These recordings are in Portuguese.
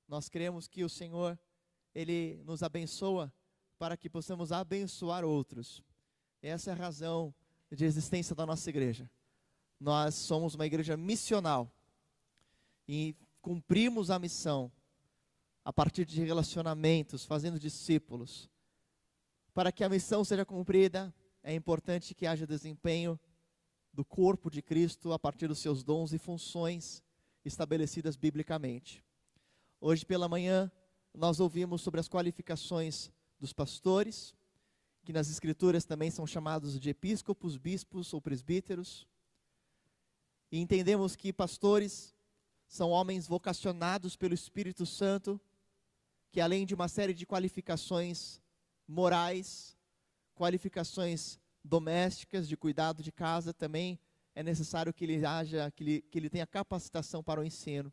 Nós cremos que o Senhor, Ele nos abençoa para que possamos abençoar outros. Essa é a razão de existência da nossa igreja. Nós somos uma igreja missional e cumprimos a missão a partir de relacionamentos, fazendo discípulos. Para que a missão seja cumprida, é importante que haja desempenho do corpo de Cristo a partir dos seus dons e funções estabelecidas biblicamente. Hoje pela manhã, nós ouvimos sobre as qualificações dos pastores, que nas Escrituras também são chamados de episcopos, bispos ou presbíteros. E entendemos que pastores são homens vocacionados pelo Espírito Santo, que além de uma série de qualificações morais, qualificações domésticas, de cuidado de casa, também é necessário que ele tenha capacitação para o ensino.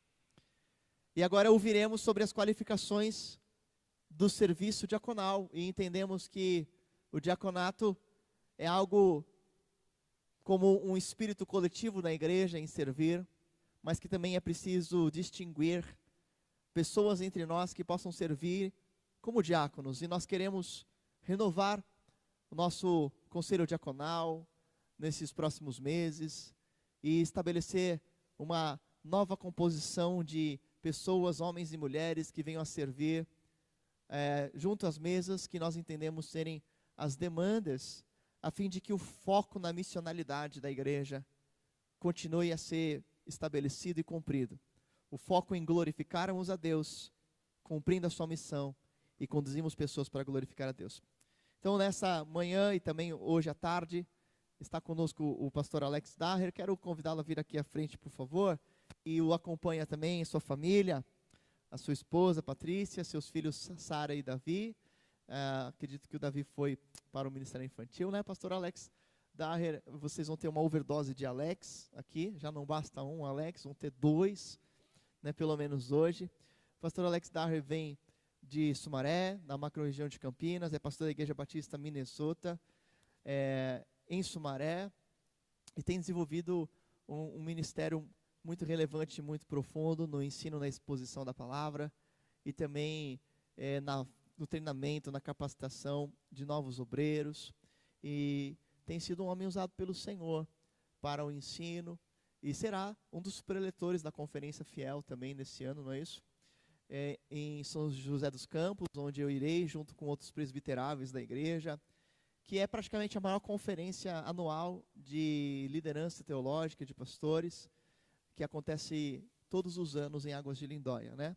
E agora ouviremos sobre as qualificações do serviço diaconal, e entendemos que o diaconato é algo como um espírito coletivo na igreja em servir, mas que também é preciso distinguir pessoas entre nós que possam servir como diáconos, e nós queremos renovar o nosso conselho diaconal nesses próximos meses e estabelecer uma nova composição de pessoas, homens e mulheres que venham a servir junto às mesas que nós entendemos serem as demandas, a fim de que o foco na missionalidade da igreja continue a ser estabelecido e cumprido. O foco em glorificarmos a Deus, cumprindo a sua missão e conduzimos pessoas para glorificar a Deus. Então nessa manhã e também hoje à tarde, está conosco o pastor Alex Daher. Quero convidá-lo a vir aqui à frente, por favor, e o acompanha também sua família, a sua esposa Patrícia, seus filhos Sara e Davi. Acredito que o Davi foi para o Ministério Infantil, né, pastor Alex Daher? Vocês vão ter uma overdose de Alex aqui, já não basta um Alex, vão ter dois, né, pelo menos hoje. O pastor Alex Daher vem de Sumaré, na macro-região de Campinas, é pastor da Igreja Batista Minnesota, em Sumaré, e tem desenvolvido um ministério muito relevante, muito profundo no ensino, na exposição da palavra, e também no treinamento, na capacitação de novos obreiros, e tem sido um homem usado pelo Senhor para o ensino, e será um dos preletores da Conferência Fiel também nesse ano, não é isso? Em São José dos Campos, onde eu irei junto com outros presbiteráveis da igreja, que é praticamente a maior conferência anual de liderança teológica de pastores, que acontece todos os anos em Águas de Lindóia, né?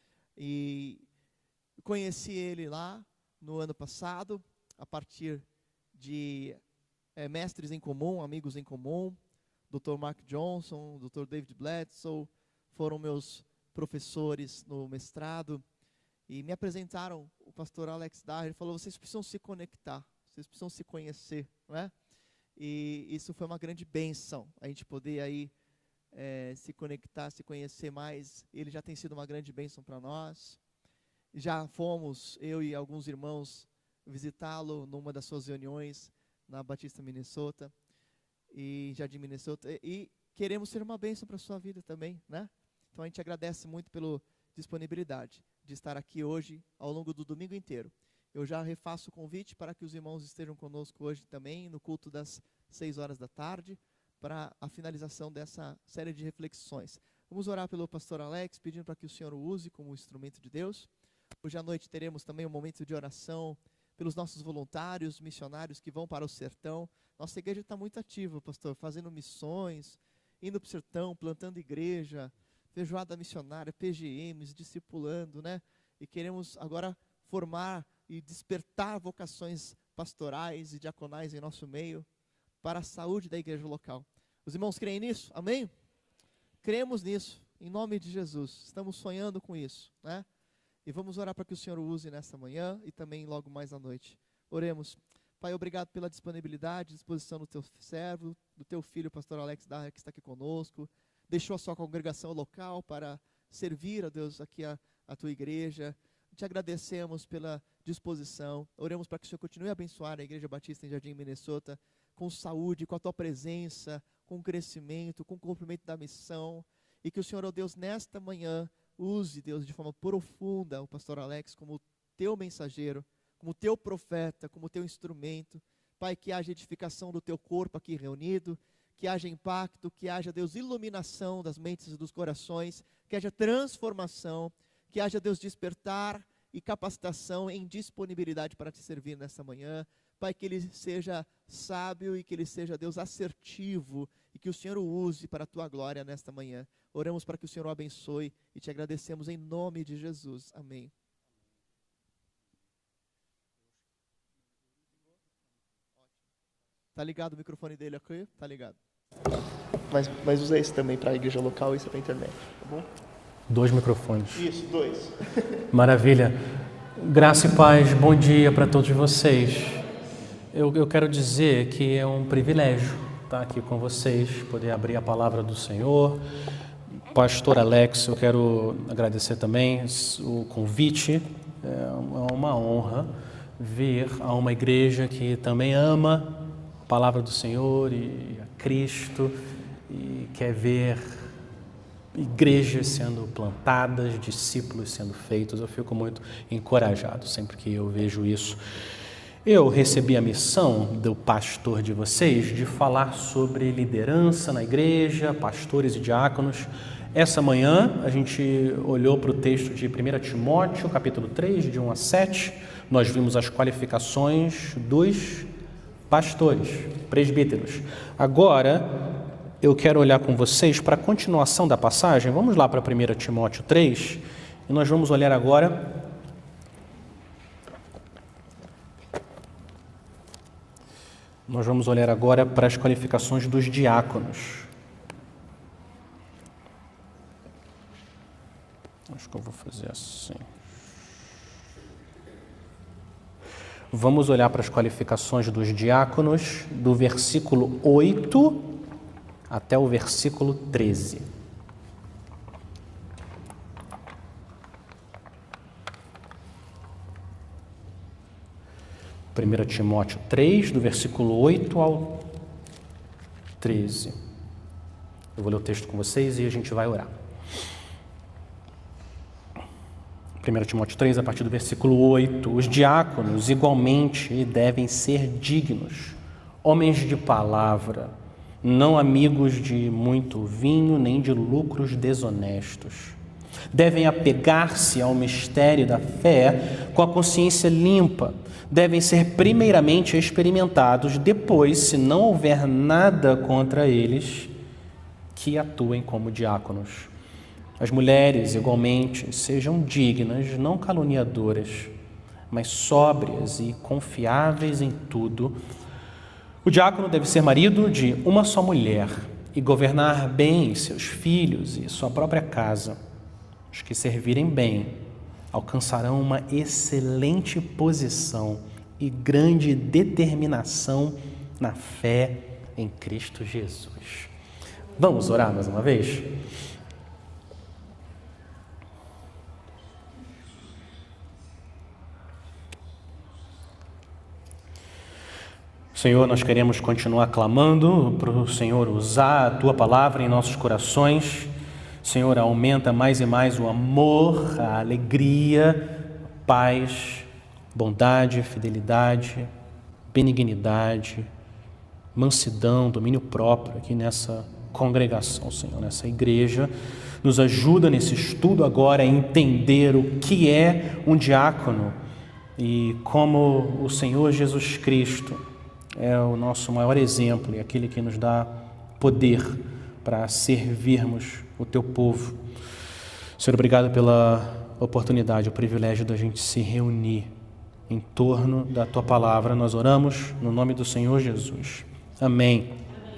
E conheci ele lá no ano passado, a partir de mestres em comum, amigos em comum, Dr. Mark Johnson, Dr. David Bledsoe, foram meus professores no mestrado, e me apresentaram o pastor Alex Daher. Ele falou: vocês precisam se conectar, vocês precisam se conhecer, né? E isso foi uma grande bênção, a gente poder aí se conectar, se conhecer mais. Ele já tem sido uma grande bênção para nós. Já fomos, eu e alguns irmãos, visitá-lo numa das suas reuniões na Batista Minnesota, e Jardim Minnesota, e queremos ser uma bênção para a sua vida também, né? Então a gente agradece muito pela disponibilidade de estar aqui hoje, ao longo do domingo inteiro. Eu já refaço o convite para que os irmãos estejam conosco hoje também, no culto das 6 horas da tarde, para a finalização dessa série de reflexões. Vamos orar pelo pastor Alex, pedindo para que o Senhor o use como instrumento de Deus. Hoje à noite teremos também um momento de oração pelos nossos voluntários, missionários que vão para o sertão. Nossa igreja está muito ativa, pastor, fazendo missões, indo para o sertão, plantando igreja, feijoada missionária, PGMs, discipulando, né? E queremos agora formar e despertar vocações pastorais e diaconais em nosso meio, para a saúde da igreja local. Os irmãos creem nisso? Amém? Cremos nisso, em nome de Jesus. Estamos sonhando com isso, né? E vamos orar para que o Senhor o use nessa manhã e também logo mais à noite. Oremos. Pai, obrigado pela disponibilidade, disposição do teu servo, do teu filho, pastor Alex Daher, que está aqui conosco. Deixou a sua congregação local para servir, a Deus, aqui a tua igreja. Te agradecemos pela disposição. Oremos para que o Senhor continue a abençoar a Igreja Batista em Jardim Minnesota, com saúde, com a tua presença, com crescimento, com o cumprimento da missão. E que o Senhor, ó Deus, nesta manhã, use, Deus, de forma profunda o pastor Alex como teu mensageiro, como teu profeta, como teu instrumento. Pai, que haja edificação do teu corpo aqui reunido, que haja impacto, que haja, Deus, iluminação das mentes e dos corações, que haja transformação, que haja, Deus, despertar e capacitação em disponibilidade para te servir nesta manhã. Pai, que ele seja sábio e que ele seja, Deus, assertivo e que o Senhor o use para a tua glória nesta manhã. Oramos para que o Senhor o abençoe e te agradecemos em nome de Jesus. Amém. Tá ligado o microfone dele aqui? Tá ligado. Mas usa esse também para a igreja local e esse para a internet, tá bom? 2 microfones. Isso, 2. Maravilha. Graça e paz, bom dia para todos vocês. Eu quero dizer que é um privilégio estar aqui com vocês, poder abrir a palavra do Senhor. Pastor Alex, eu quero agradecer também o convite. É uma honra vir a uma igreja que também ama a palavra do Senhor e a Cristo e quer ver igrejas sendo plantadas, discípulos sendo feitos. Eu fico muito encorajado sempre que eu vejo isso. Eu recebi a missão do pastor de vocês de falar sobre liderança na igreja, pastores e diáconos. Essa manhã a gente olhou para o texto de 1 Timóteo, capítulo 3, de 1 a 7. Nós vimos as qualificações dos pastores, presbíteros. Agora eu quero olhar com vocês para a continuação da passagem. Vamos lá para 1 Timóteo 3 e nós vamos olhar agora para as qualificações dos diáconos. Acho que eu vou fazer assim. Vamos olhar para as qualificações dos diáconos do versículo 8 até o versículo 13. Primeiro Timóteo 3, do versículo 8 ao 13. Eu vou ler o texto com vocês e a gente vai orar. 1 Timóteo 3, a partir do versículo 8. Os diáconos, igualmente, devem ser dignos, homens de palavra, não amigos de muito vinho, nem de lucros desonestos. Devem apegar-se ao mistério da fé com a consciência limpa. Devem ser primeiramente experimentados, depois, se não houver nada contra eles, que atuem como diáconos. As mulheres, igualmente, sejam dignas, não caluniadoras, mas sóbrias e confiáveis em tudo. O diácono deve ser marido de uma só mulher e governar bem seus filhos e sua própria casa. Os que servirem bem alcançarão uma excelente posição e grande determinação na fé em Cristo Jesus. Vamos orar mais uma vez? Senhor, nós queremos continuar clamando para o Senhor usar a Tua palavra em nossos corações. Senhor, aumenta mais e mais o amor, a alegria, a paz, bondade, fidelidade, benignidade, mansidão, domínio próprio aqui nessa congregação, Senhor, nessa igreja. Nos ajuda nesse estudo agora a entender o que é um diácono e como o Senhor Jesus Cristo é o nosso maior exemplo e aquele que nos dá poder para servirmos o Teu povo. Senhor, obrigado pela oportunidade, o privilégio da gente se reunir em torno da Tua palavra. Nós oramos no nome do Senhor Jesus. Amém.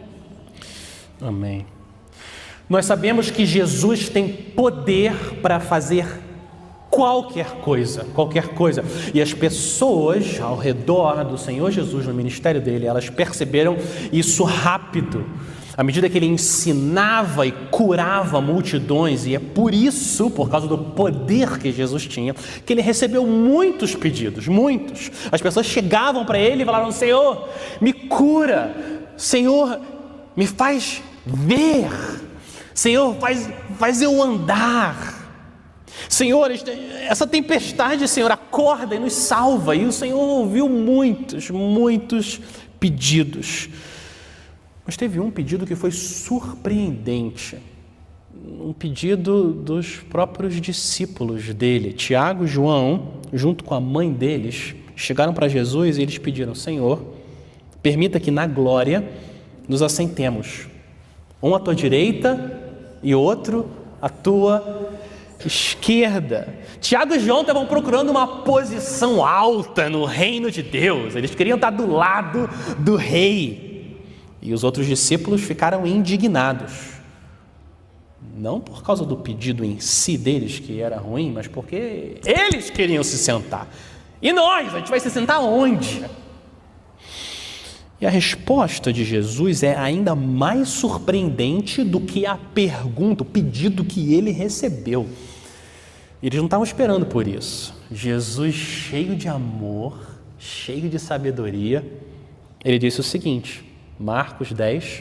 Amém. Nós sabemos que Jesus tem poder para fazer qualquer coisa. E as pessoas ao redor do Senhor Jesus, no ministério dele, elas perceberam isso rápido, à medida que ele ensinava e curava multidões, e é por isso, por causa do poder que Jesus tinha, que ele recebeu muitos pedidos, muitos. As pessoas chegavam para ele e falaram: Senhor, me cura, Senhor, me faz ver, Senhor, faz eu andar. Senhor, essa tempestade, Senhor, acorda e nos salva. E o Senhor ouviu muitos pedidos. Mas teve um pedido que foi surpreendente. Um pedido dos próprios discípulos dele. Tiago e João, junto com a mãe deles, chegaram para Jesus e eles pediram: Senhor, permita que na glória nos assentemos, um à tua direita e outro à tua esquerda. Tiago e João estavam procurando uma posição alta no reino de Deus. Eles queriam estar do lado do rei. E os outros discípulos ficaram indignados. Não por causa do pedido em si deles, que era ruim, mas porque eles queriam se sentar. E nós? A gente vai se sentar onde? E a resposta de Jesus é ainda mais surpreendente do que a pergunta, o pedido que ele recebeu. Eles não estavam esperando por isso. Jesus, cheio de amor, cheio de sabedoria, ele disse o seguinte, Marcos 10,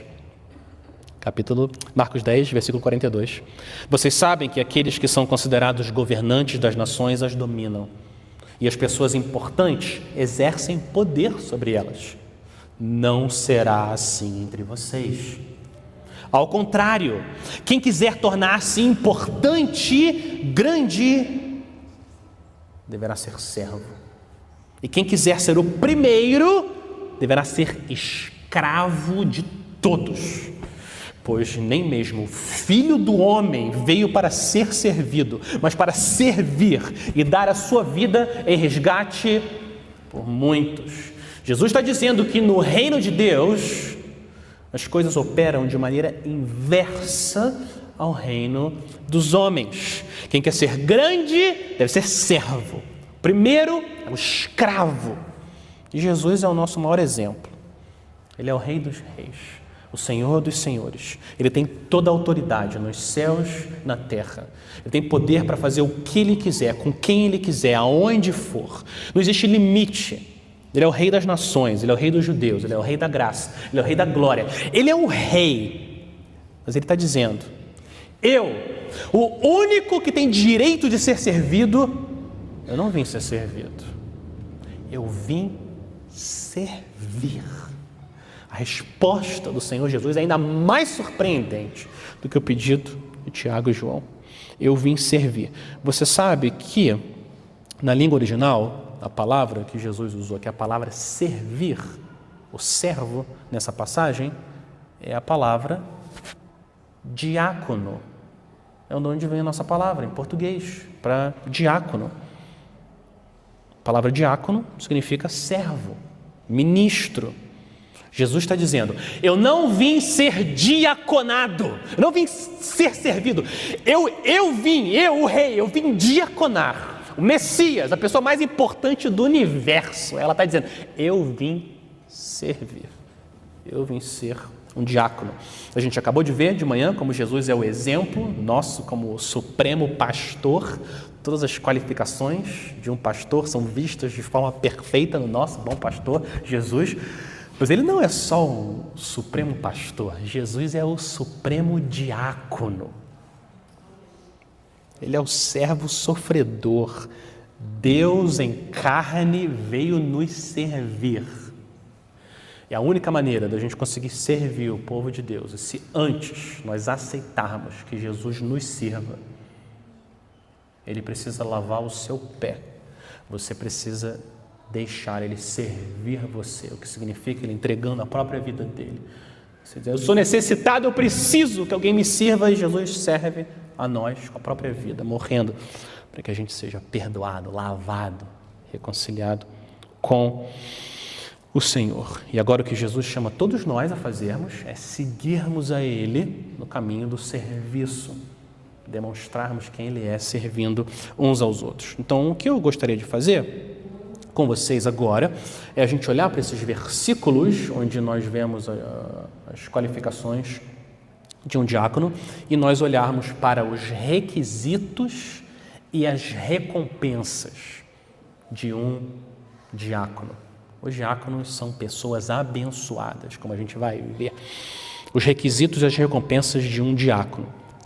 versículo 42. Vocês sabem que aqueles que são considerados governantes das nações as dominam, e as pessoas importantes exercem poder sobre elas. Não será assim entre vocês. Ao contrário, quem quiser tornar-se importante, grande, deverá ser servo. E quem quiser ser o primeiro, deverá ser escravo de todos. Pois nem mesmo o Filho do Homem veio para ser servido, mas para servir e dar a sua vida em resgate por muitos. Jesus está dizendo que no reino de Deus as coisas operam de maneira inversa ao reino dos homens. Quem quer ser grande deve ser servo. Primeiro é o escravo. E Jesus é o nosso maior exemplo. Ele é o Rei dos Reis, o Senhor dos Senhores. Ele tem toda a autoridade nos céus e na terra. Ele tem poder para fazer o que Ele quiser, com quem Ele quiser, aonde for. Não existe limite. Ele é o Rei das nações, Ele é o Rei dos judeus, Ele é o Rei da graça, Ele é o Rei da glória. Ele é o Rei. Mas Ele está dizendo, eu, o único que tem direito de ser servido, eu não vim ser servido. Eu vim servir. A resposta do Senhor Jesus é ainda mais surpreendente do que o pedido de Tiago e João. Eu vim servir. Você sabe que na língua original, a palavra que Jesus usou, que é a palavra servir, o servo nessa passagem, é a palavra diácono. É de onde vem a nossa palavra em português, para diácono. A palavra diácono significa servo, ministro. Jesus está dizendo, eu não vim ser diaconado, eu não vim ser servido, eu vim, o rei, eu vim diaconar. O Messias, a pessoa mais importante do universo, ela está dizendo, eu vim servir, eu vim ser um diácono. A gente acabou de ver de manhã como Jesus é o exemplo nosso como o supremo pastor. Todas as qualificações de um pastor são vistas de forma perfeita no nosso bom pastor, Jesus. Mas ele não é só um supremo pastor, Jesus é o supremo diácono. Ele é o servo sofredor. Deus em carne veio nos servir. E a única maneira da gente conseguir servir o povo de Deus é se antes nós aceitarmos que Jesus nos sirva. Ele precisa lavar o seu pé. Você precisa deixar Ele servir você, o que significa Ele entregando a própria vida dele. Você diz, eu sou necessitado, eu preciso que alguém me sirva, e Jesus serve a nós com a própria vida, morrendo, para que a gente seja perdoado, lavado, reconciliado com o Senhor. E agora o que Jesus chama todos nós a fazermos é seguirmos a Ele no caminho do serviço, demonstrarmos quem Ele é, servindo uns aos outros. Então, o que eu gostaria de fazer com vocês agora é a gente olhar para esses versículos onde nós vemos as qualificações de um diácono e nós olharmos para os requisitos e as recompensas de um diácono. Os diáconos são pessoas abençoadas, como a gente vai ver. Os requisitos e as recompensas de um diácono.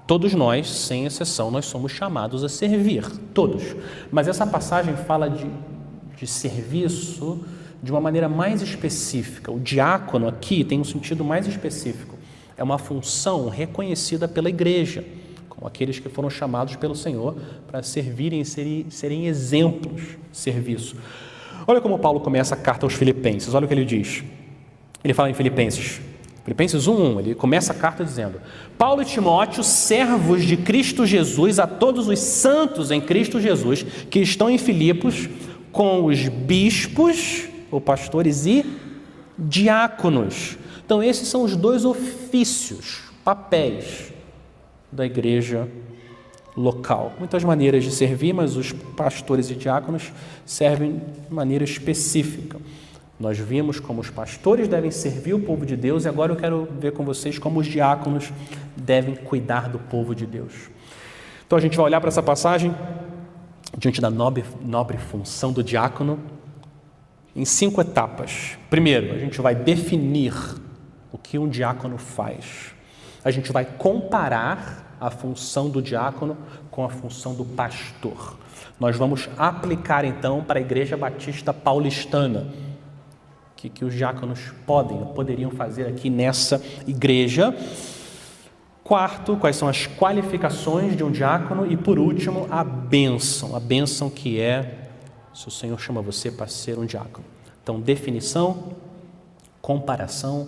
Todos nós, sem exceção, nós somos chamados a servir, todos. Mas essa passagem fala de serviço de uma maneira mais específica. O diácono aqui tem um sentido mais específico. É uma função reconhecida pela igreja, como aqueles que foram chamados pelo Senhor para servirem e serem exemplos de serviço. Olha como Paulo começa a carta aos Filipenses, olha o que ele diz. Ele fala em Filipenses 1:1, ele começa a carta dizendo: Paulo e Timóteo, servos de Cristo Jesus, a todos os santos em Cristo Jesus, que estão em Filipos, com os bispos, ou pastores e diáconos. Então esses são os dois ofícios, papéis da igreja local. Muitas maneiras de servir, mas os pastores e diáconos servem de maneira específica. Nós vimos como os pastores devem servir o povo de Deus e agora eu quero ver com vocês como os diáconos devem cuidar do povo de Deus. Então a gente vai olhar para essa passagem diante da nobre função do diácono em 5 etapas. Primeiro, a gente vai definir o que um diácono faz. A gente vai comparar a função do diácono com a função do pastor. Nós vamos aplicar então para a Igreja Batista Paulistana que os diáconos poderiam fazer aqui nessa igreja. Quarto, quais são as qualificações de um diácono? E por último, a bênção que é, se o Senhor chama você para ser um diácono. Então, definição, comparação,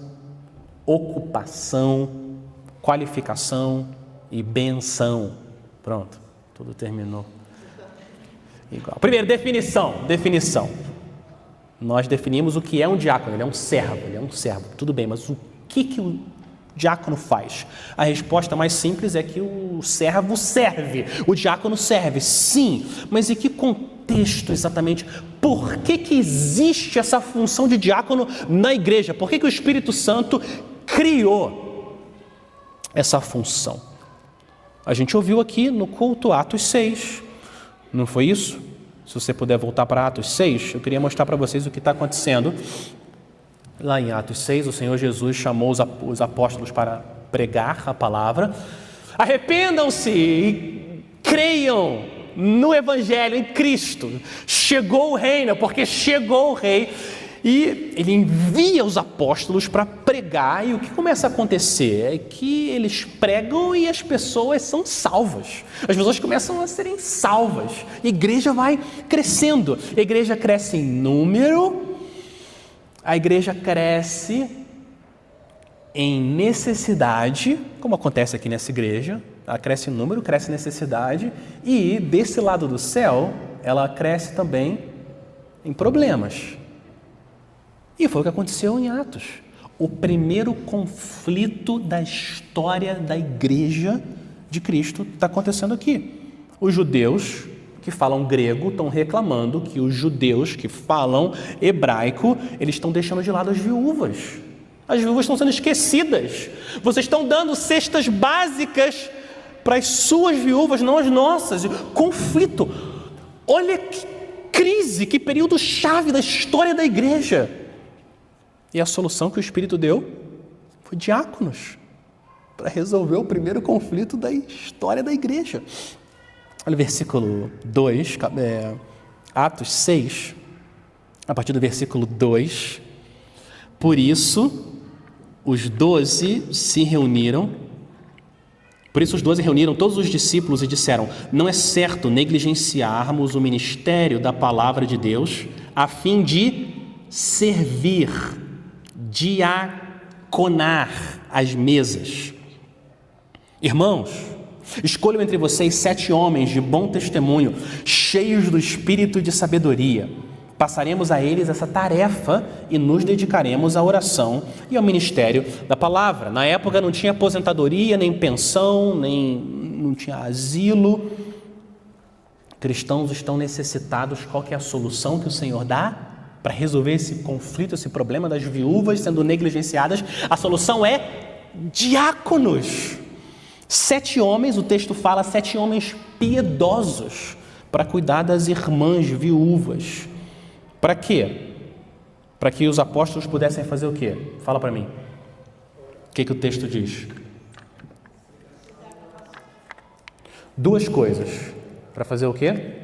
ocupação, qualificação e benção. Pronto, tudo terminou igual. Primeiro, definição. Nós definimos o que é um diácono, ele é um servo, tudo bem, mas o que o diácono faz? A resposta mais simples é que o servo serve, o diácono serve, sim, mas em que contexto exatamente? Por que existe essa função de diácono na igreja? Por que o Espírito Santo criou essa função? A gente ouviu aqui no culto Atos 6, não foi isso? Se você puder voltar para Atos 6, eu queria mostrar para vocês o que está acontecendo. Lá em Atos 6, o Senhor Jesus chamou os apóstolos para pregar a palavra. Arrependam-se e creiam no Evangelho, em Cristo. Chegou o reino, porque chegou o Rei. E ele envia os apóstolos para pregar, e o que começa a acontecer é que eles pregam e as pessoas são salvas. As pessoas começam a serem salvas. A igreja vai crescendo. A igreja cresce em número, a igreja cresce em necessidade, como acontece aqui nessa igreja. Ela cresce em número, cresce em necessidade, e desse lado do céu, ela cresce também em problemas. E foi o que aconteceu em Atos. O primeiro conflito da história da igreja de Cristo está acontecendo aqui. Os judeus que falam grego estão reclamando que os judeus que falam hebraico, eles estão deixando de lado as viúvas. As viúvas estão sendo esquecidas. Vocês estão dando cestas básicas para as suas viúvas, não as nossas. Conflito. Olha que crise, que período chave da história da igreja. E a solução que o Espírito deu foi diáconos para resolver o primeiro conflito da história da igreja. Olha o versículo 2, Atos 6, a partir do versículo 2. Por isso, os 12 reuniram todos os discípulos e disseram: não é certo negligenciarmos o ministério da palavra de Deus a fim de servir, diaconar as mesas. Irmãos, escolham entre vocês 7 homens de bom testemunho, cheios do espírito de sabedoria. Passaremos a eles essa tarefa e nos dedicaremos à oração e ao ministério da palavra. Na época não tinha aposentadoria, nem pensão, não tinha asilo. Cristãos estão necessitados. Qual que é a solução que o Senhor dá para resolver esse conflito, esse problema das viúvas sendo negligenciadas? A solução é diáconos. 7 homens, o texto fala, 7 homens piedosos para cuidar das irmãs viúvas. Para quê? Para que os apóstolos pudessem fazer o quê? Fala para mim. O que o texto diz? 2 coisas. Para fazer o quê?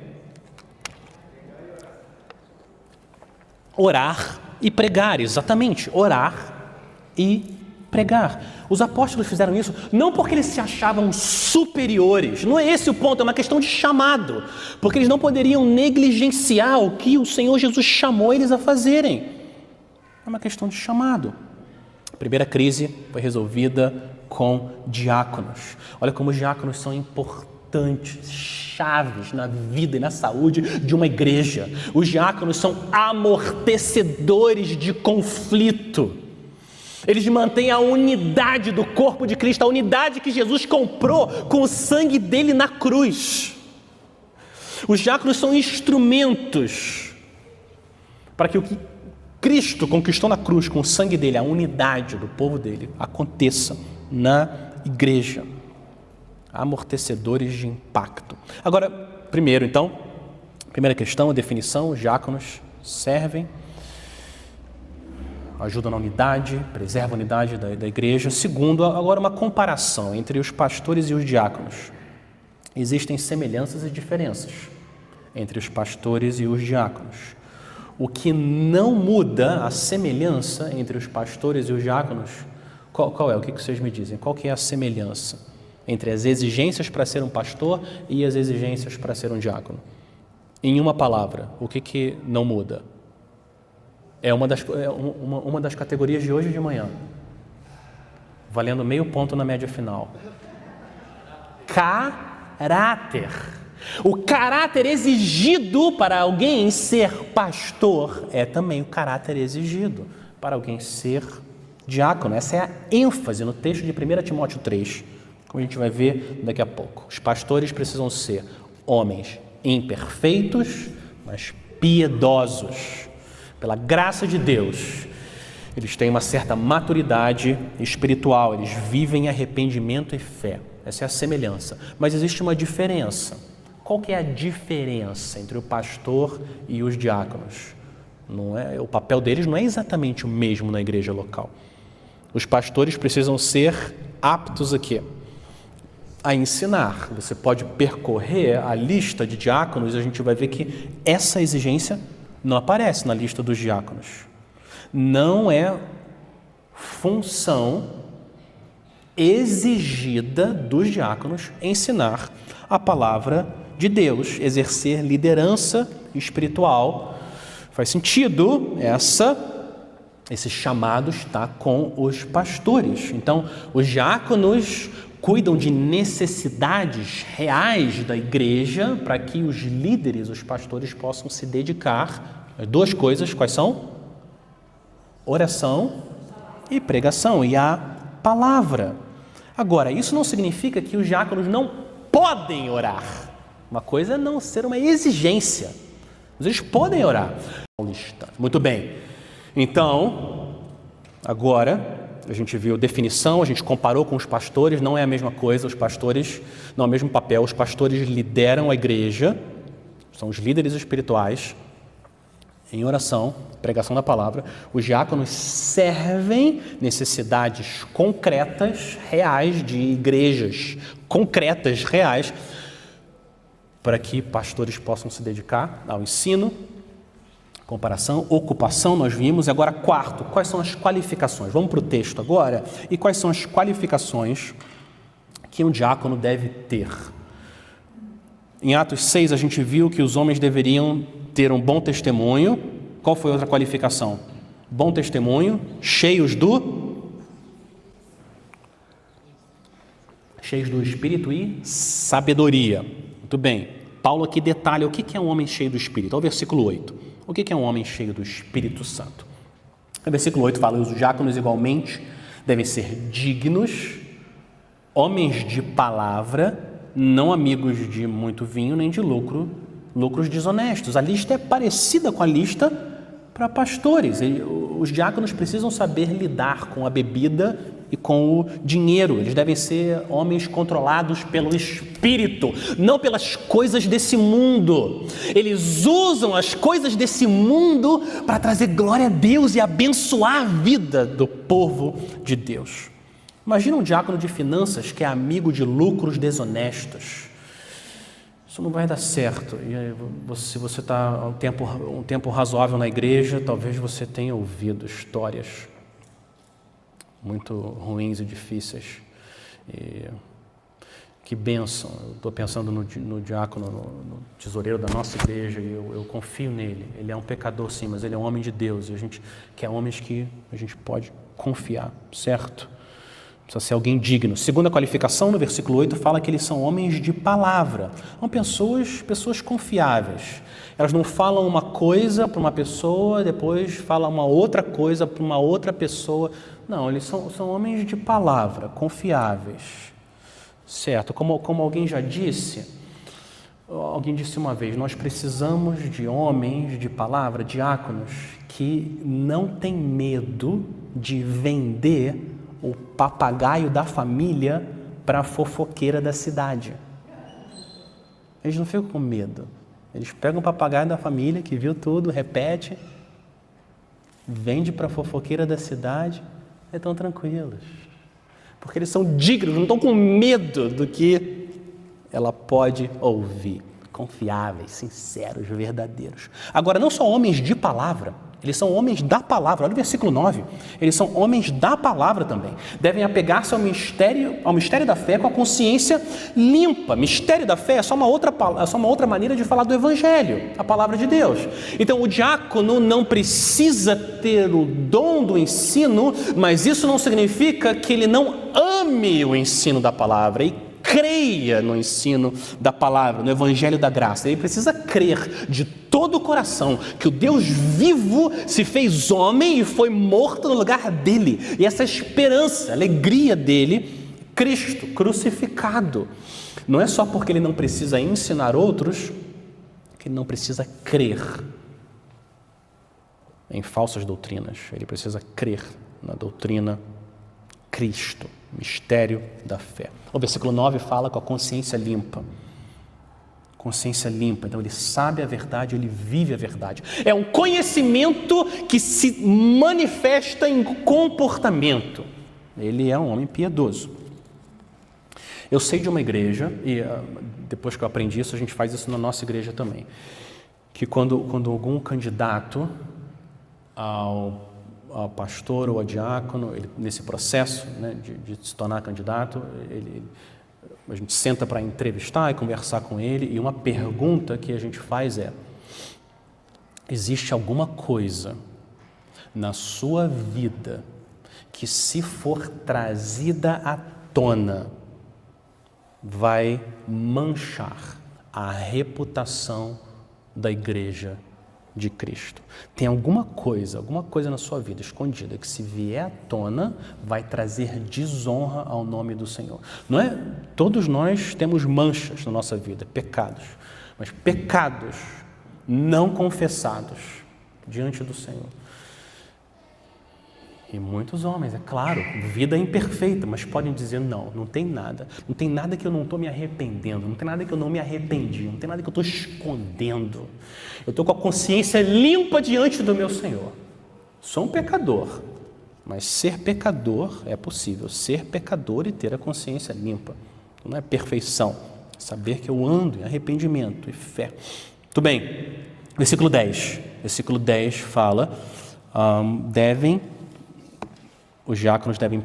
Orar e pregar, exatamente, orar e pregar. Os apóstolos fizeram isso não porque eles se achavam superiores, não é esse o ponto, é uma questão de chamado, porque eles não poderiam negligenciar o que o Senhor Jesus chamou eles a fazerem. É uma questão de chamado. A primeira crise foi resolvida com diáconos. Olha como os diáconos são importantes, chaves na vida e na saúde de uma igreja. Os diáconos são amortecedores de conflito. Eles mantêm a unidade do corpo de Cristo, a unidade que Jesus comprou com o sangue dele na cruz. Os diáconos são instrumentos para que o que Cristo conquistou na cruz com o sangue dele, a unidade do povo dele, aconteça na igreja. Amortecedores de impacto. Agora, primeiro então, primeira questão, a definição: os diáconos servem, ajudam na unidade, preservam a unidade da igreja. Segundo, agora uma comparação entre os pastores e os diáconos. Existem semelhanças e diferenças entre os pastores e os diáconos. O que não muda a semelhança entre os pastores e os diáconos, qual é? O que vocês me dizem? Qual que é a semelhança entre as exigências para ser um pastor e as exigências para ser um diácono? Em uma palavra, o que não muda? É uma das categorias de hoje de manhã, valendo meio ponto na média final. Caráter. O caráter exigido para alguém ser pastor é também o caráter exigido para alguém ser diácono. Essa é a ênfase no texto de 1 Timóteo 3, como a gente vai ver daqui a pouco. Os pastores precisam ser homens imperfeitos, mas piedosos. Pela graça de Deus, eles têm uma certa maturidade espiritual, eles vivem em arrependimento e fé. Essa é a semelhança. Mas existe uma diferença. Qual que é a diferença entre o pastor e os diáconos? O papel deles não é exatamente o mesmo na igreja local. Os pastores precisam ser aptos a quê? A ensinar. Você pode percorrer a lista de diáconos e a gente vai ver que essa exigência não aparece na lista dos diáconos. Não é função exigida dos diáconos ensinar a palavra de Deus, exercer liderança espiritual. Faz sentido, esse chamado está com os pastores. Então, os diáconos cuidam de necessidades reais da igreja para que os líderes, os pastores, possam se dedicar a 2 coisas. Quais são? Oração e pregação, e a palavra. Agora, isso não significa que os diáconos não podem orar. Uma coisa é não ser uma exigência, mas eles podem orar. Muito bem. Então, agora a gente viu definição, a gente comparou com os pastores, não é a mesma coisa, os pastores não é o mesmo papel, os pastores lideram a igreja, são os líderes espirituais, em oração, pregação da palavra. Os diáconos servem necessidades concretas, reais, de igrejas concretas, reais, para que pastores possam se dedicar ao ensino, comparação, ocupação, nós vimos. Agora, quarto, quais são as qualificações? Vamos para o texto agora. E quais são as qualificações que um diácono deve ter? Em Atos 6, a gente viu que os homens deveriam ter um bom testemunho. Qual foi a outra qualificação? Bom testemunho, cheios do Espírito e sabedoria. Muito bem. Paulo aqui detalha o que é um homem cheio do Espírito. Olha o versículo 8. O que é um homem cheio do Espírito Santo? O versículo 8 fala: os diáconos igualmente devem ser dignos, homens de palavra, não amigos de muito vinho nem de lucros desonestos. A lista é parecida com a lista para pastores. Os diáconos precisam saber lidar com a bebida e com o dinheiro. Eles devem ser homens controlados pelo Espírito, não pelas coisas desse mundo. Eles usam as coisas desse mundo para trazer glória a Deus e abençoar a vida do povo de Deus. Imagina um diácono de finanças que é amigo de lucros desonestos. isso não vai dar certo. E aí, se você está um tempo razoável na igreja, talvez você tenha ouvido histórias muito ruins e difíceis. E que bênção. Eu estou pensando no diácono, no tesoureiro da nossa igreja, e eu confio nele. Ele é um pecador, sim, mas ele é um homem de Deus, e a gente quer homens que a gente pode confiar, certo? Precisa ser alguém digno. Segunda qualificação, no versículo 8, fala que eles são homens de palavra. São pessoas confiáveis. Elas não falam uma coisa para uma pessoa, depois falam uma outra coisa para uma outra pessoa. Não, eles são homens de palavra, confiáveis. Certo? Como alguém já disse, alguém disse uma vez, nós precisamos de homens de palavra, diáconos, que não têm medo de vender o papagaio da família para a fofoqueira da cidade. Eles não ficam com medo. Eles pegam o papagaio da família, que viu tudo, repete, vende para a fofoqueira da cidade e estão tranquilos. Porque eles são dignos, não estão com medo do que ela pode ouvir. Confiáveis, sinceros, verdadeiros. Agora, não só homens de palavra, eles são homens da palavra. Olha o versículo 9. Eles são homens da palavra também. Devem apegar-se ao mistério da fé com a consciência limpa. Mistério da fé é só uma outra maneira de falar do Evangelho, a palavra de Deus. Então, o diácono não precisa ter o dom do ensino, mas isso não significa que ele não ame o ensino da palavra e creia no ensino da palavra, no Evangelho da graça. Ele precisa crer de todo o coração que o Deus vivo se fez homem e foi morto no lugar dele. E essa esperança, a alegria dele, Cristo crucificado. Não é só porque ele não precisa ensinar outros que ele não precisa crer em falsas doutrinas. Ele precisa crer na doutrina Cristo, mistério da fé. O versículo 9 fala com a consciência limpa. Consciência limpa, então ele sabe a verdade, ele vive a verdade. É um conhecimento que se manifesta em comportamento. Ele é um homem piedoso. Eu sei de uma igreja, e depois que eu aprendi isso, a gente faz isso na nossa igreja também, que quando algum candidato ao pastor ou a diácono, nesse processo, né, de se tornar candidato, a gente senta para entrevistar e conversar com ele, e uma pergunta que a gente faz é: existe alguma coisa na sua vida que, se for trazida à tona, vai manchar a reputação da igreja de Cristo? Tem alguma coisa na sua vida escondida que, se vier à tona, vai trazer desonra ao nome do Senhor. Não é? Todos nós temos manchas na nossa vida, pecados, mas pecados não confessados diante do Senhor. E muitos homens, é claro, vida imperfeita, mas podem dizer: não tem nada que eu não estou me arrependendo, não tem nada que eu não me arrependi, não tem nada que eu estou escondendo. Eu estou com a consciência limpa diante do meu Senhor. Sou um pecador, mas ser pecador é possível, ser pecador e ter a consciência limpa. Não é perfeição, é saber que eu ando em arrependimento e fé. Muito bem, versículo 10. Versículo 10 fala, os diáconos devem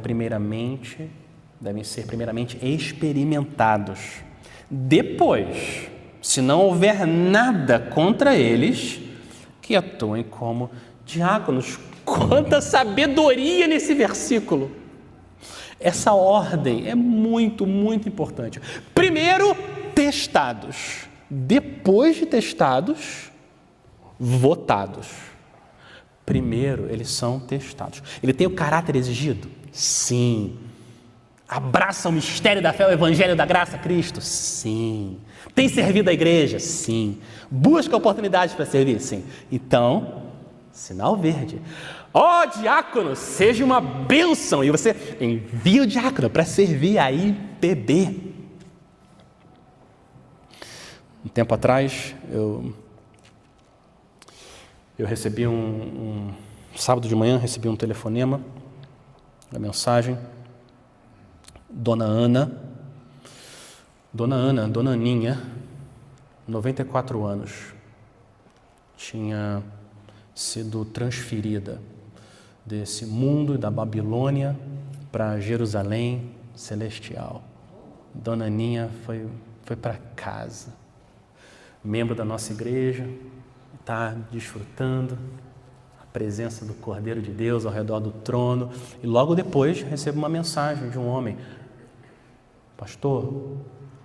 ser primeiramente experimentados. Depois, se não houver nada contra eles, que atuem como diáconos. Quanta sabedoria nesse versículo! Essa ordem é muito, muito importante. Primeiro, testados. Depois de testados, votados. Primeiro, eles são testados. Ele tem o caráter exigido? Sim. Abraça o mistério da fé, o Evangelho da graça, Cristo? Sim. Tem servido a igreja? Sim. Busca oportunidades para servir? Sim. Então, sinal verde. Ó, diácono, seja uma bênção. E você envia o diácono para servir a IPB. Um tempo atrás, eu recebi sábado de manhã, recebi um telefonema, uma mensagem. Dona Aninha, 94 anos, tinha sido transferida desse mundo da Babilônia para Jerusalém celestial. Dona Aninha foi para casa, membro da nossa igreja, está desfrutando a presença do Cordeiro de Deus ao redor do trono, e logo depois recebe uma mensagem de um homem: pastor,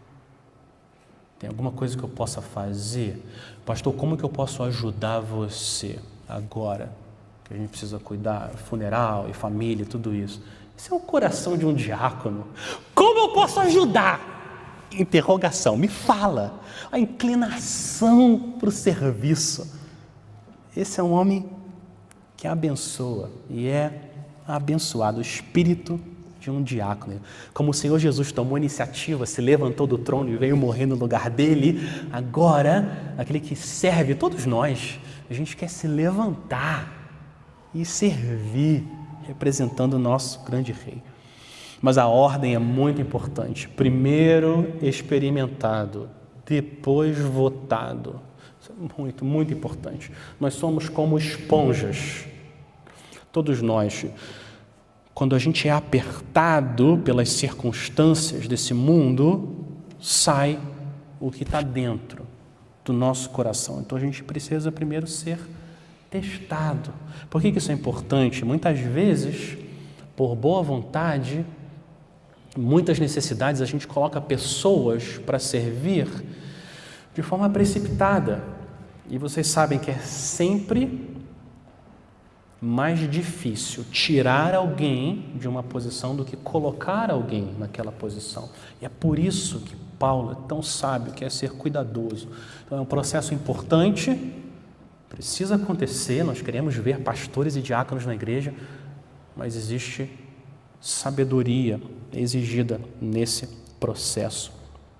tem alguma coisa que eu possa fazer? Pastor, como que eu posso ajudar você agora que a gente precisa cuidar, funeral e família, tudo isso? Esse é o coração de um diácono. Como eu posso ajudar? Interrogação, me fala. A inclinação para o serviço. Esse é um homem que abençoa e é abençoado, o espírito de um diácono. Como o Senhor Jesus tomou iniciativa, se levantou do trono e veio morrer no lugar dele, agora, aquele que serve, todos nós, a gente quer se levantar e servir, representando o nosso grande rei. Mas a ordem é muito importante. Primeiro experimentado, depois votado. Isso é muito, muito importante. Nós somos como esponjas. Todos nós, quando a gente é apertado pelas circunstâncias desse mundo, sai o que está dentro do nosso coração. Então a gente precisa primeiro ser testado. Por que isso é importante? Muitas vezes, por boa vontade, muitas necessidades, a gente coloca pessoas para servir de forma precipitada. E vocês sabem que é sempre mais difícil tirar alguém de uma posição do que colocar alguém naquela posição. E é por isso que Paulo é tão sábio, que é ser cuidadoso. Então é um processo importante, precisa acontecer, nós queremos ver pastores e diáconos na igreja, mas existe sabedoria exigida nesse processo.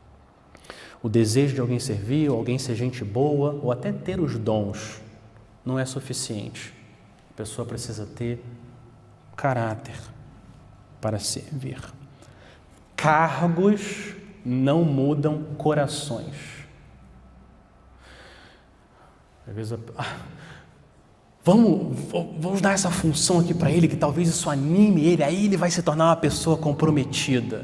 O desejo de alguém servir, ou alguém ser gente boa, ou até ter os dons, não é suficiente. A pessoa precisa ter caráter para servir. Cargos não mudam corações. Às vezes, vamos dar essa função aqui para ele, que talvez isso anime ele, aí ele vai se tornar uma pessoa comprometida.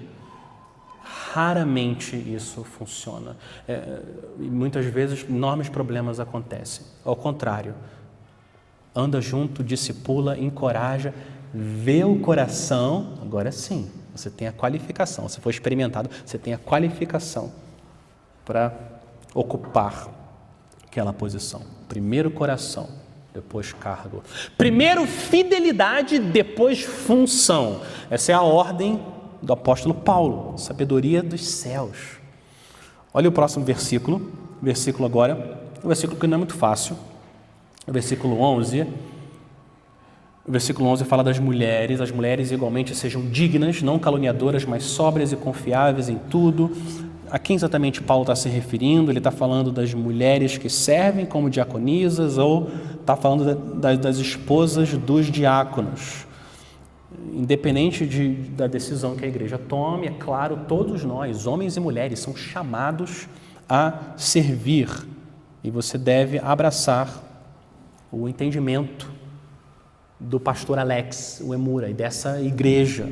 Raramente isso funciona. E muitas vezes enormes problemas acontecem. Ao contrário, anda junto, discipula, encoraja, vê o coração, agora sim, você tem a qualificação, se for experimentado, você tem a qualificação para ocupar aquela posição. Primeiro coração, depois cargo. Primeiro velocidade, depois função. Essa é a ordem do apóstolo Paulo, sabedoria dos céus. Olha o próximo versículo agora, um versículo que não é muito fácil, o versículo 11. O versículo 11 fala das mulheres. As mulheres igualmente sejam dignas, não caluniadoras, mas sóbrias e confiáveis em tudo. A quem exatamente Paulo está se referindo? Ele está falando das mulheres que servem como diaconisas, ou está falando das esposas dos diáconos? Independente da decisão que a igreja tome, é claro, todos nós, homens e mulheres, são chamados a servir. E você deve abraçar o entendimento do pastor Alex Uemura e dessa igreja.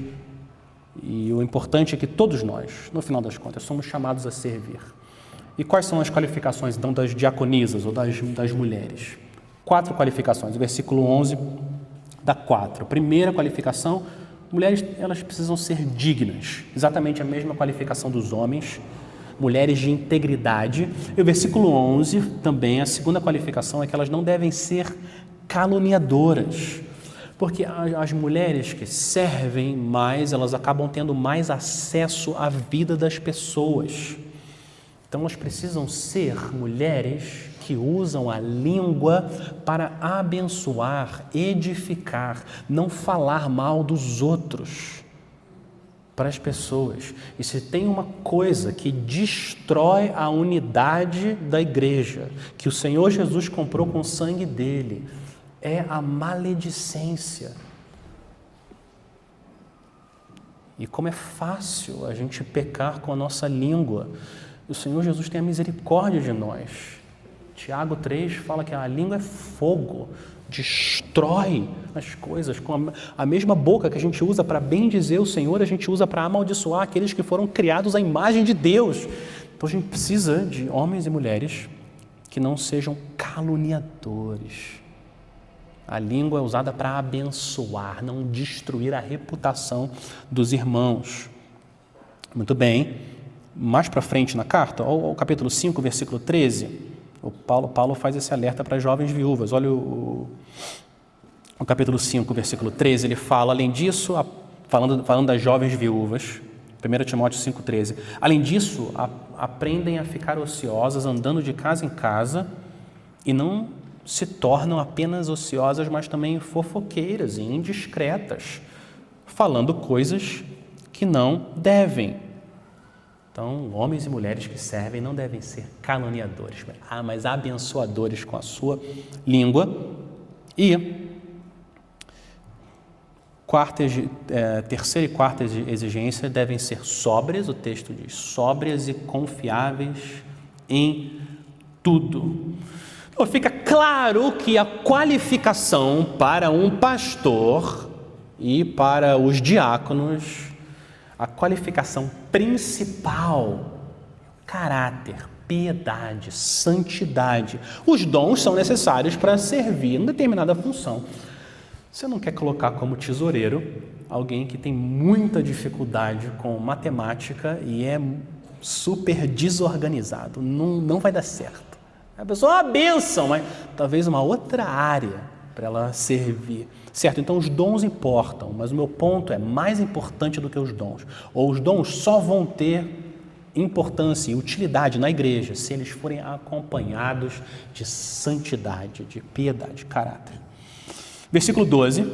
E o importante é que todos nós, no final das contas, somos chamados a servir. E quais são as qualificações, então, das diaconisas ou das mulheres? 4 qualificações. O versículo 11 dá 4. Primeira qualificação, mulheres, elas precisam ser dignas. Exatamente a mesma qualificação dos homens. Mulheres de integridade. E o versículo 11 também, a segunda qualificação é que elas não devem ser caluniadoras. Porque as mulheres que servem mais, elas acabam tendo mais acesso à vida das pessoas. Então, elas precisam ser mulheres que usam a língua para abençoar, edificar, não falar mal dos outros para as pessoas. E se tem uma coisa que destrói a unidade da igreja, que o Senhor Jesus comprou com o sangue dele, é a maledicência. E como é fácil a gente pecar com a nossa língua. O Senhor Jesus tem a misericórdia de nós. Tiago 3 fala que a língua é fogo, destrói as coisas. Com a mesma boca que a gente usa para bendizer o Senhor, a gente usa para amaldiçoar aqueles que foram criados à imagem de Deus. Então a gente precisa de homens e mulheres que não sejam caluniadores. A língua é usada para abençoar, não destruir a reputação dos irmãos. Muito bem. Mais para frente na carta, olha o capítulo 5, versículo 13. O Paulo faz esse alerta para as jovens viúvas. Olha o capítulo 5, versículo 13. Ele fala, além disso, falando das jovens viúvas, 1 Timóteo 5,13. Além disso, aprendem a ficar ociosas, andando de casa em casa, e não se tornam apenas ociosas, mas também fofoqueiras e indiscretas, falando coisas que não devem. Então, homens e mulheres que servem não devem ser caluniadores, mas abençoadores com a sua língua. E terceira e quarta exigência devem ser sóbrias, o texto diz, sóbrias e confiáveis em tudo. Então, fica claro que a qualificação para um pastor e para os diáconos, a qualificação principal, caráter, piedade, santidade. Os dons são necessários para servir em determinada função. Você não quer colocar como tesoureiro alguém que tem muita dificuldade com matemática e é super desorganizado. Não vai dar certo. A pessoa é uma bênção, mas talvez uma outra área para ela servir. Certo, então os dons importam, mas o meu ponto é mais importante do que os dons. Ou os dons só vão ter importância e utilidade na igreja se eles forem acompanhados de santidade, de piedade, caráter. Versículo 12,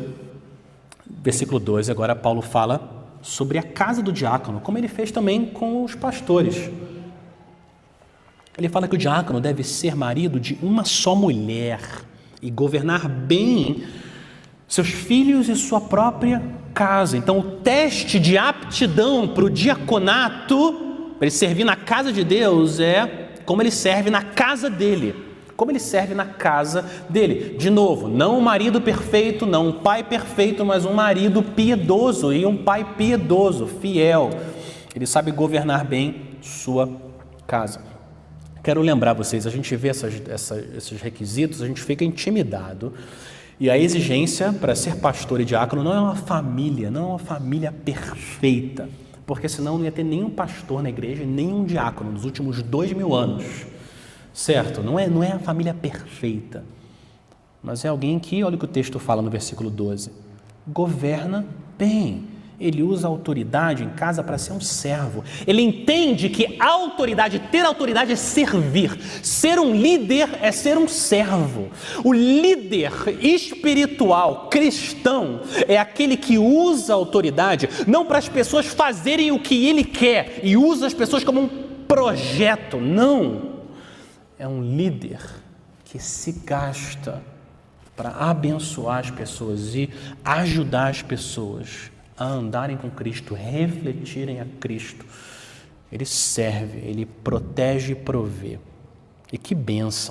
agora Paulo fala sobre a casa do diácono, como ele fez também com os pastores. Ele fala que o diácono deve ser marido de uma só mulher e governar bem seus filhos e sua própria casa. Então, o teste de aptidão para o diaconato, para ele servir na casa de Deus, é como ele serve na casa dele. Como ele serve na casa dele. De novo, não um marido perfeito, não um pai perfeito, mas um marido piedoso e um pai piedoso, fiel. Ele sabe governar bem sua casa. Quero lembrar vocês, a gente vê esses requisitos, a gente fica intimidado. E a exigência para ser pastor e diácono não é uma família perfeita, porque senão não ia ter nenhum pastor na igreja e nenhum diácono nos últimos 2000 anos, certo? Não é a família perfeita, mas é alguém que, olha o que o texto fala no versículo 12, governa bem. Ele usa a autoridade em casa para ser um servo. Ele entende que ter autoridade é servir. Ser um líder é ser um servo. O líder espiritual, cristão, é aquele que usa a autoridade não para as pessoas fazerem o que ele quer e usa as pessoas como um projeto. Não. É um líder que se gasta para abençoar as pessoas e ajudar as pessoas a andarem com Cristo, refletirem a Cristo. Ele serve, ele protege e provê. E que bênção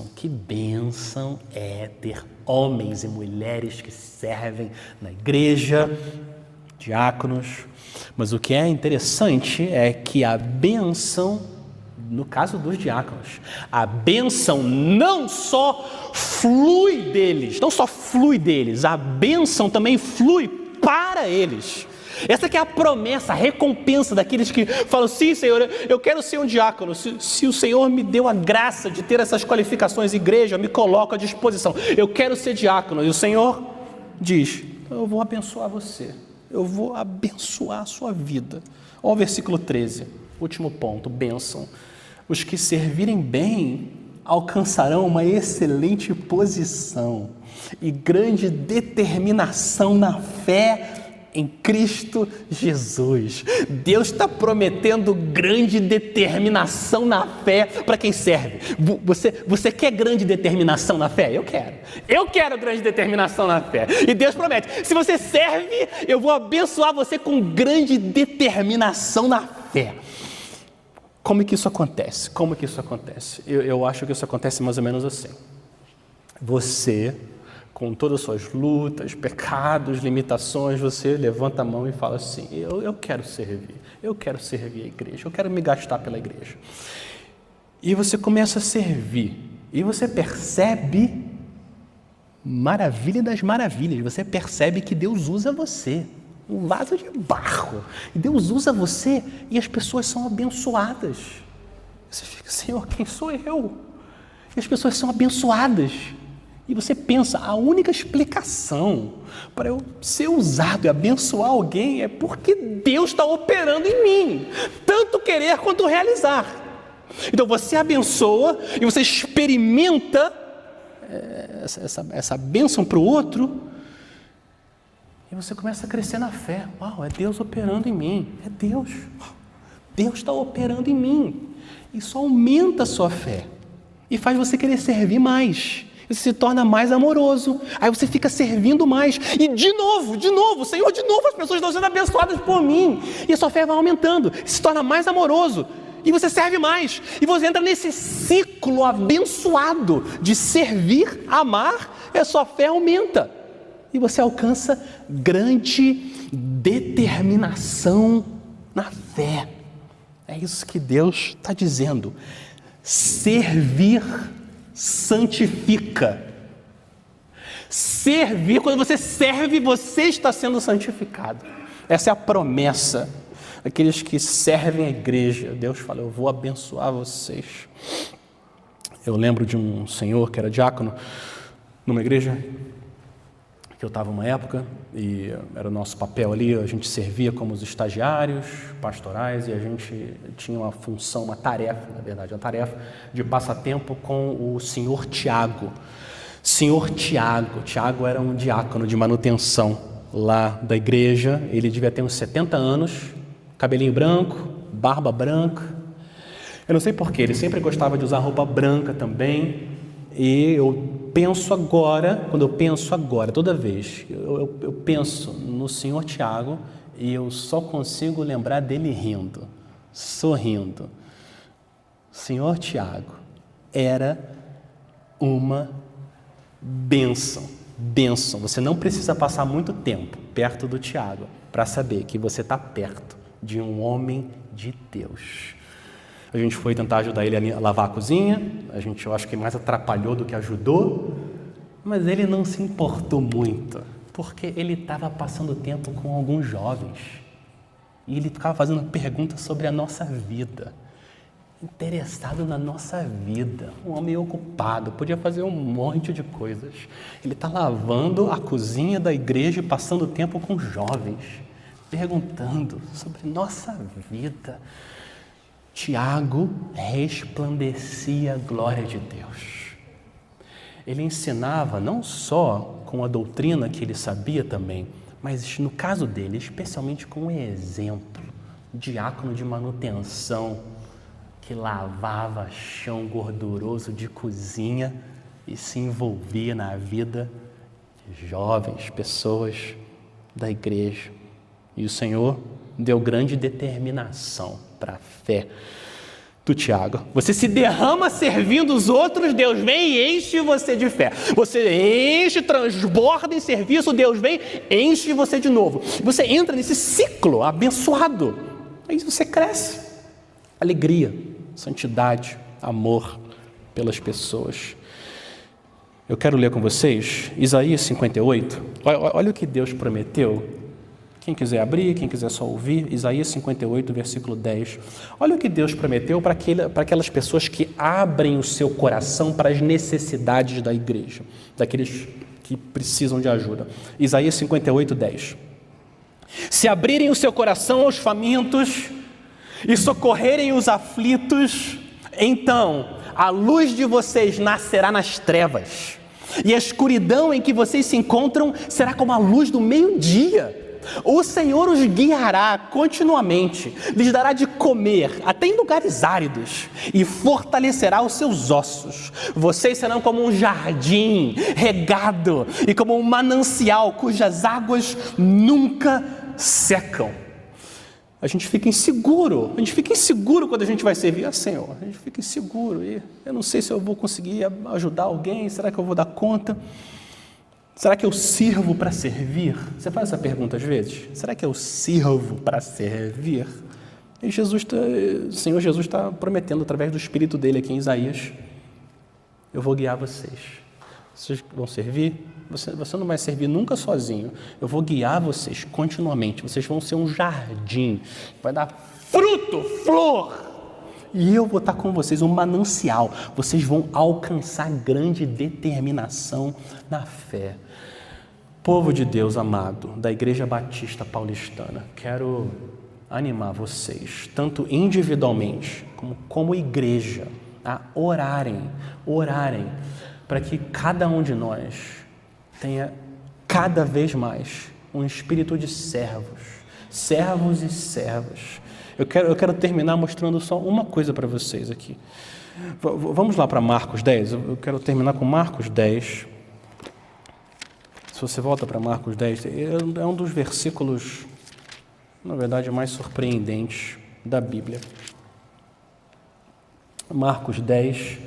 é ter homens e mulheres que servem na igreja, diáconos. Mas o que é interessante é que a bênção, no caso dos diáconos, a bênção não só flui deles, a bênção também flui para eles. Essa que é a promessa, a recompensa daqueles que falam, sim, Senhor, eu quero ser um diácono. Se o Senhor me deu a graça de ter essas qualificações, igreja, me coloco à disposição. Eu quero ser diácono. E o Senhor diz, eu vou abençoar você. Eu vou abençoar a sua vida. Olha o versículo 13, último ponto, bênção. Os que servirem bem alcançarão uma excelente posição e grande determinação na fé em Cristo Jesus. Deus está prometendo grande determinação na fé para quem serve. Você quer grande determinação na fé? Eu quero grande determinação na fé. E Deus promete, se você serve, eu vou abençoar você com grande determinação na fé. Como é que isso acontece? Eu acho que isso acontece mais ou menos assim. Você, com todas as suas lutas, pecados, limitações, você levanta a mão e fala assim, eu quero servir a igreja, eu quero me gastar pela igreja. E você começa a servir, e você percebe, maravilha das maravilhas, você percebe que Deus usa você, um vaso de barro, e Deus usa você e as pessoas são abençoadas. Você fica, Senhor, quem sou eu? E as pessoas são abençoadas. E você pensa, a única explicação para eu ser usado e abençoar alguém é porque Deus está operando em mim, tanto querer quanto realizar. Então você abençoa e você experimenta essa bênção para o outro, e você começa a crescer na fé. Uau, é Deus operando em mim, é Deus está operando em mim. Isso aumenta a sua fé e faz você querer servir mais. Você se torna mais amoroso, aí você fica servindo mais, e de novo, Senhor, de novo as pessoas estão sendo abençoadas por mim, e a sua fé vai aumentando, se torna mais amoroso, e você serve mais, e você entra nesse ciclo abençoado de servir, amar, e a sua fé aumenta, e você alcança grande determinação na fé. É isso que Deus está dizendo. Servir santifica. Servir, quando você serve, você está sendo santificado. Essa é a promessa daqueles que servem a igreja. Deus fala, eu vou abençoar vocês. Eu lembro de um senhor que era diácono numa igreja que eu estava uma época, e era o nosso papel ali, a gente servia como os estagiários pastorais, e a gente tinha uma função, uma tarefa, na verdade, uma tarefa de passatempo com o senhor Tiago. Senhor Tiago era um diácono de manutenção lá da igreja, ele devia ter uns 70 anos, cabelinho branco, barba branca, eu não sei porquê, ele sempre gostava de usar roupa branca também. E eu penso agora, toda vez, eu penso no senhor Tiago e eu só consigo lembrar dele rindo, sorrindo. O senhor Tiago era uma bênção. Você não precisa passar muito tempo perto do Tiago para saber que você está perto de um homem de Deus. A gente foi tentar ajudar ele a lavar a cozinha, eu acho que mais atrapalhou do que ajudou, mas ele não se importou muito, porque ele estava passando tempo com alguns jovens, e ele ficava fazendo perguntas sobre a nossa vida, interessado na nossa vida, um homem ocupado, podia fazer um monte de coisas. Ele está lavando a cozinha da igreja e passando tempo com jovens, perguntando sobre nossa vida. Tiago resplandecia a glória de Deus. Ele ensinava não só com a doutrina que ele sabia também, mas no caso dele, especialmente com o exemplo. Diácono de manutenção, que lavava chão gorduroso de cozinha e se envolvia na vida de jovens, pessoas da igreja. E o Senhor deu grande determinação para a fé do Tiago. Você se derrama servindo os outros, Deus vem e enche você de fé. Você enche, transborda em serviço, Deus vem, enche você de novo. Você entra nesse ciclo abençoado. Aí você cresce. Alegria, santidade, amor pelas pessoas. Eu quero ler com vocês Isaías 58. Olha o que Deus prometeu. Quem quiser abrir, quem quiser só ouvir, Isaías 58, versículo 10. Olha o que Deus prometeu para aquelas pessoas que abrem o seu coração para as necessidades da igreja, daqueles que precisam de ajuda. Isaías 58, 10. Se abrirem o seu coração aos famintos e socorrerem os aflitos, então a luz de vocês nascerá nas trevas, e a escuridão em que vocês se encontram será como a luz do meio-dia. O Senhor os guiará continuamente, lhes dará de comer até em lugares áridos e fortalecerá os seus ossos. Vocês serão como um jardim regado e como um manancial cujas águas nunca secam. A gente fica inseguro quando a gente vai servir a Senhor. A gente fica inseguro e eu não sei se eu vou conseguir ajudar alguém, será que eu vou dar conta? Será que eu sirvo para servir? Você faz essa pergunta às vezes? Será que eu sirvo para servir? E o Senhor Jesus está prometendo através do Espírito dele aqui em Isaías: eu vou guiar vocês. Vocês vão servir? Você não vai servir nunca sozinho. Eu vou guiar vocês continuamente. Vocês vão ser um jardim. Vai dar fruto, flor. E eu vou estar com vocês, um manancial. Vocês vão alcançar grande determinação na fé. Povo de Deus amado, da Igreja Batista Paulistana, quero animar vocês, tanto individualmente como igreja, a orarem, para que cada um de nós tenha cada vez mais um espírito de servos e servas. Eu quero terminar mostrando só uma coisa para vocês aqui. Vamos lá para Marcos 10. Eu quero terminar com Marcos 10. Se você volta para Marcos 10, é um dos versículos, na verdade, mais surpreendentes da Bíblia. Marcos 10,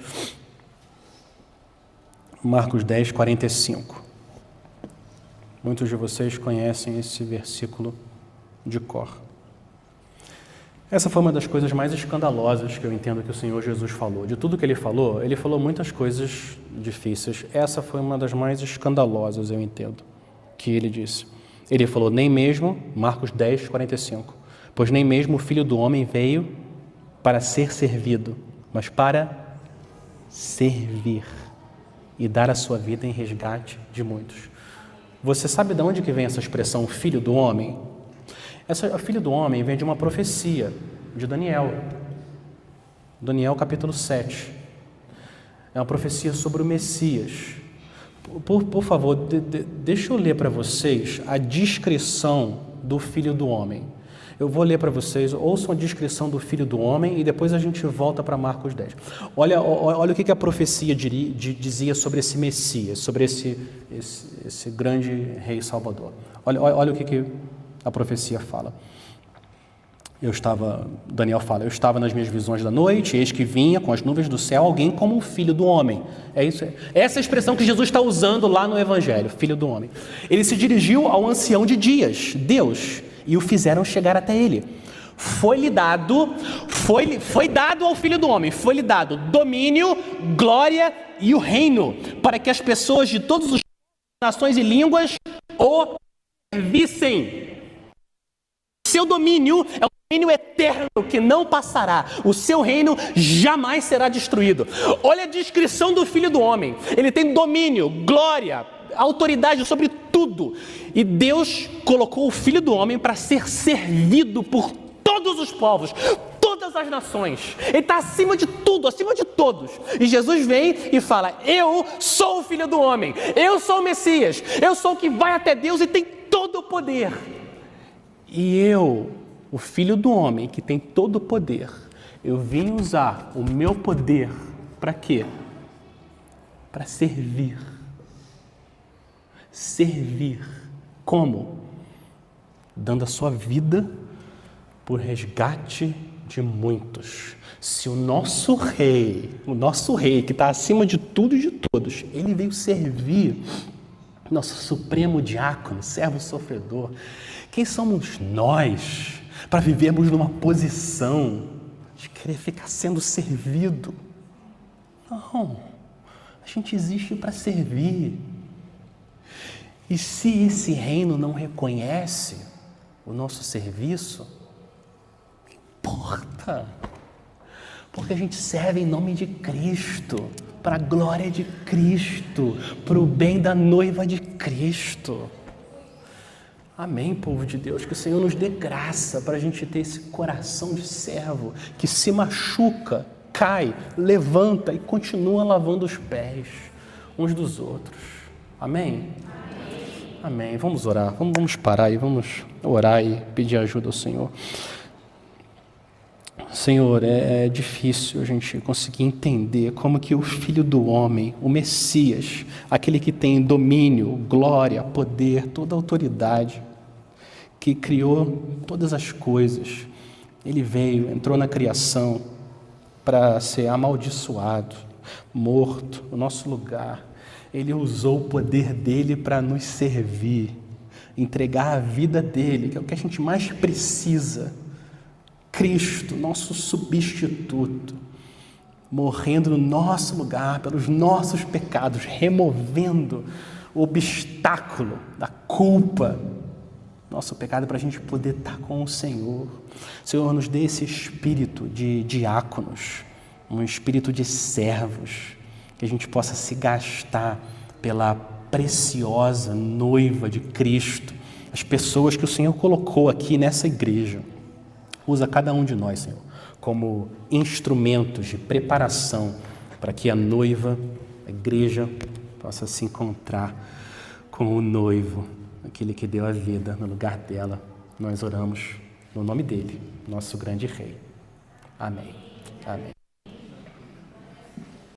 45. Muitos de vocês conhecem esse versículo de cor. Essa foi uma das coisas mais escandalosas que eu entendo que o Senhor Jesus falou. De tudo que ele falou muitas coisas difíceis. Essa foi uma das mais escandalosas, eu entendo, que ele disse. Ele falou, nem mesmo, Marcos 10, 45, pois nem mesmo o Filho do Homem veio para ser servido, mas para servir e dar a sua vida em resgate de muitos. Você sabe de onde que vem essa expressão, Filho do Homem? O Filho do Homem vem de uma profecia de Daniel. Daniel capítulo 7. É uma profecia sobre o Messias. Por favor, deixa eu ler para vocês a descrição do Filho do Homem. Eu vou ler para vocês, ouçam a descrição do Filho do Homem e depois a gente volta para Marcos 10. Olha o que a profecia dizia sobre esse Messias, sobre esse grande Rei Salvador. Olha o que a profecia fala. Daniel fala, eu estava nas minhas visões da noite, eis que vinha com as nuvens do céu alguém como o Filho do Homem. Essa é a expressão que Jesus está usando lá no Evangelho, Filho do Homem. Ele se dirigiu ao ancião de dias, Deus, e o fizeram chegar até ele. Foi dado ao Filho do Homem, foi-lhe dado domínio, glória e o reino, para que as pessoas de todas as nações e línguas o servissem. Seu domínio é um domínio eterno que não passará. O seu reino jamais será destruído. Olha a descrição do Filho do Homem. Ele tem domínio, glória, autoridade sobre tudo. E Deus colocou o Filho do Homem para ser servido por todos os povos, todas as nações. Ele está acima de tudo, acima de todos. E Jesus vem e fala, eu sou o Filho do Homem, eu sou o Messias, eu sou o que vai até Deus e tem todo o poder. E eu, o Filho do Homem, que tem todo o poder, eu vim usar o meu poder para quê? Para servir. Servir. Como? Dando a sua vida por resgate de muitos. Se o nosso rei que está acima de tudo e de todos, ele veio servir, nosso supremo diácono, servo sofredor, quem somos nós para vivermos numa posição de querer ficar sendo servido? Não, a gente existe para servir. E se esse reino não reconhece o nosso serviço, não importa, porque a gente serve em nome de Cristo, para a glória de Cristo, para o bem da noiva de Cristo. Amém, povo de Deus, que o Senhor nos dê graça para a gente ter esse coração de servo que se machuca, cai, levanta e continua lavando os pés uns dos outros. Amém? Amém. Vamos orar, vamos parar e vamos orar e pedir ajuda ao Senhor. Senhor, é difícil a gente conseguir entender como que o Filho do Homem, o Messias, aquele que tem domínio, glória, poder, toda autoridade, que criou todas as coisas. Ele veio, entrou na criação para ser amaldiçoado, morto no nosso lugar. Ele usou o poder dele para nos servir, entregar a vida dele, que é o que a gente mais precisa. Cristo, nosso substituto, morrendo no nosso lugar, pelos nossos pecados, removendo o obstáculo da culpa, nosso pecado, para a gente poder estar com o Senhor. Senhor, nos dê esse espírito de diáconos, um espírito de servos, que a gente possa se gastar pela preciosa noiva de Cristo, as pessoas que o Senhor colocou aqui nessa igreja. Usa cada um de nós, Senhor, como instrumentos de preparação para que a noiva, a igreja, possa se encontrar com o noivo, aquele que deu a vida no lugar dela. Nós oramos no nome dele, nosso grande Rei. Amém. Amém.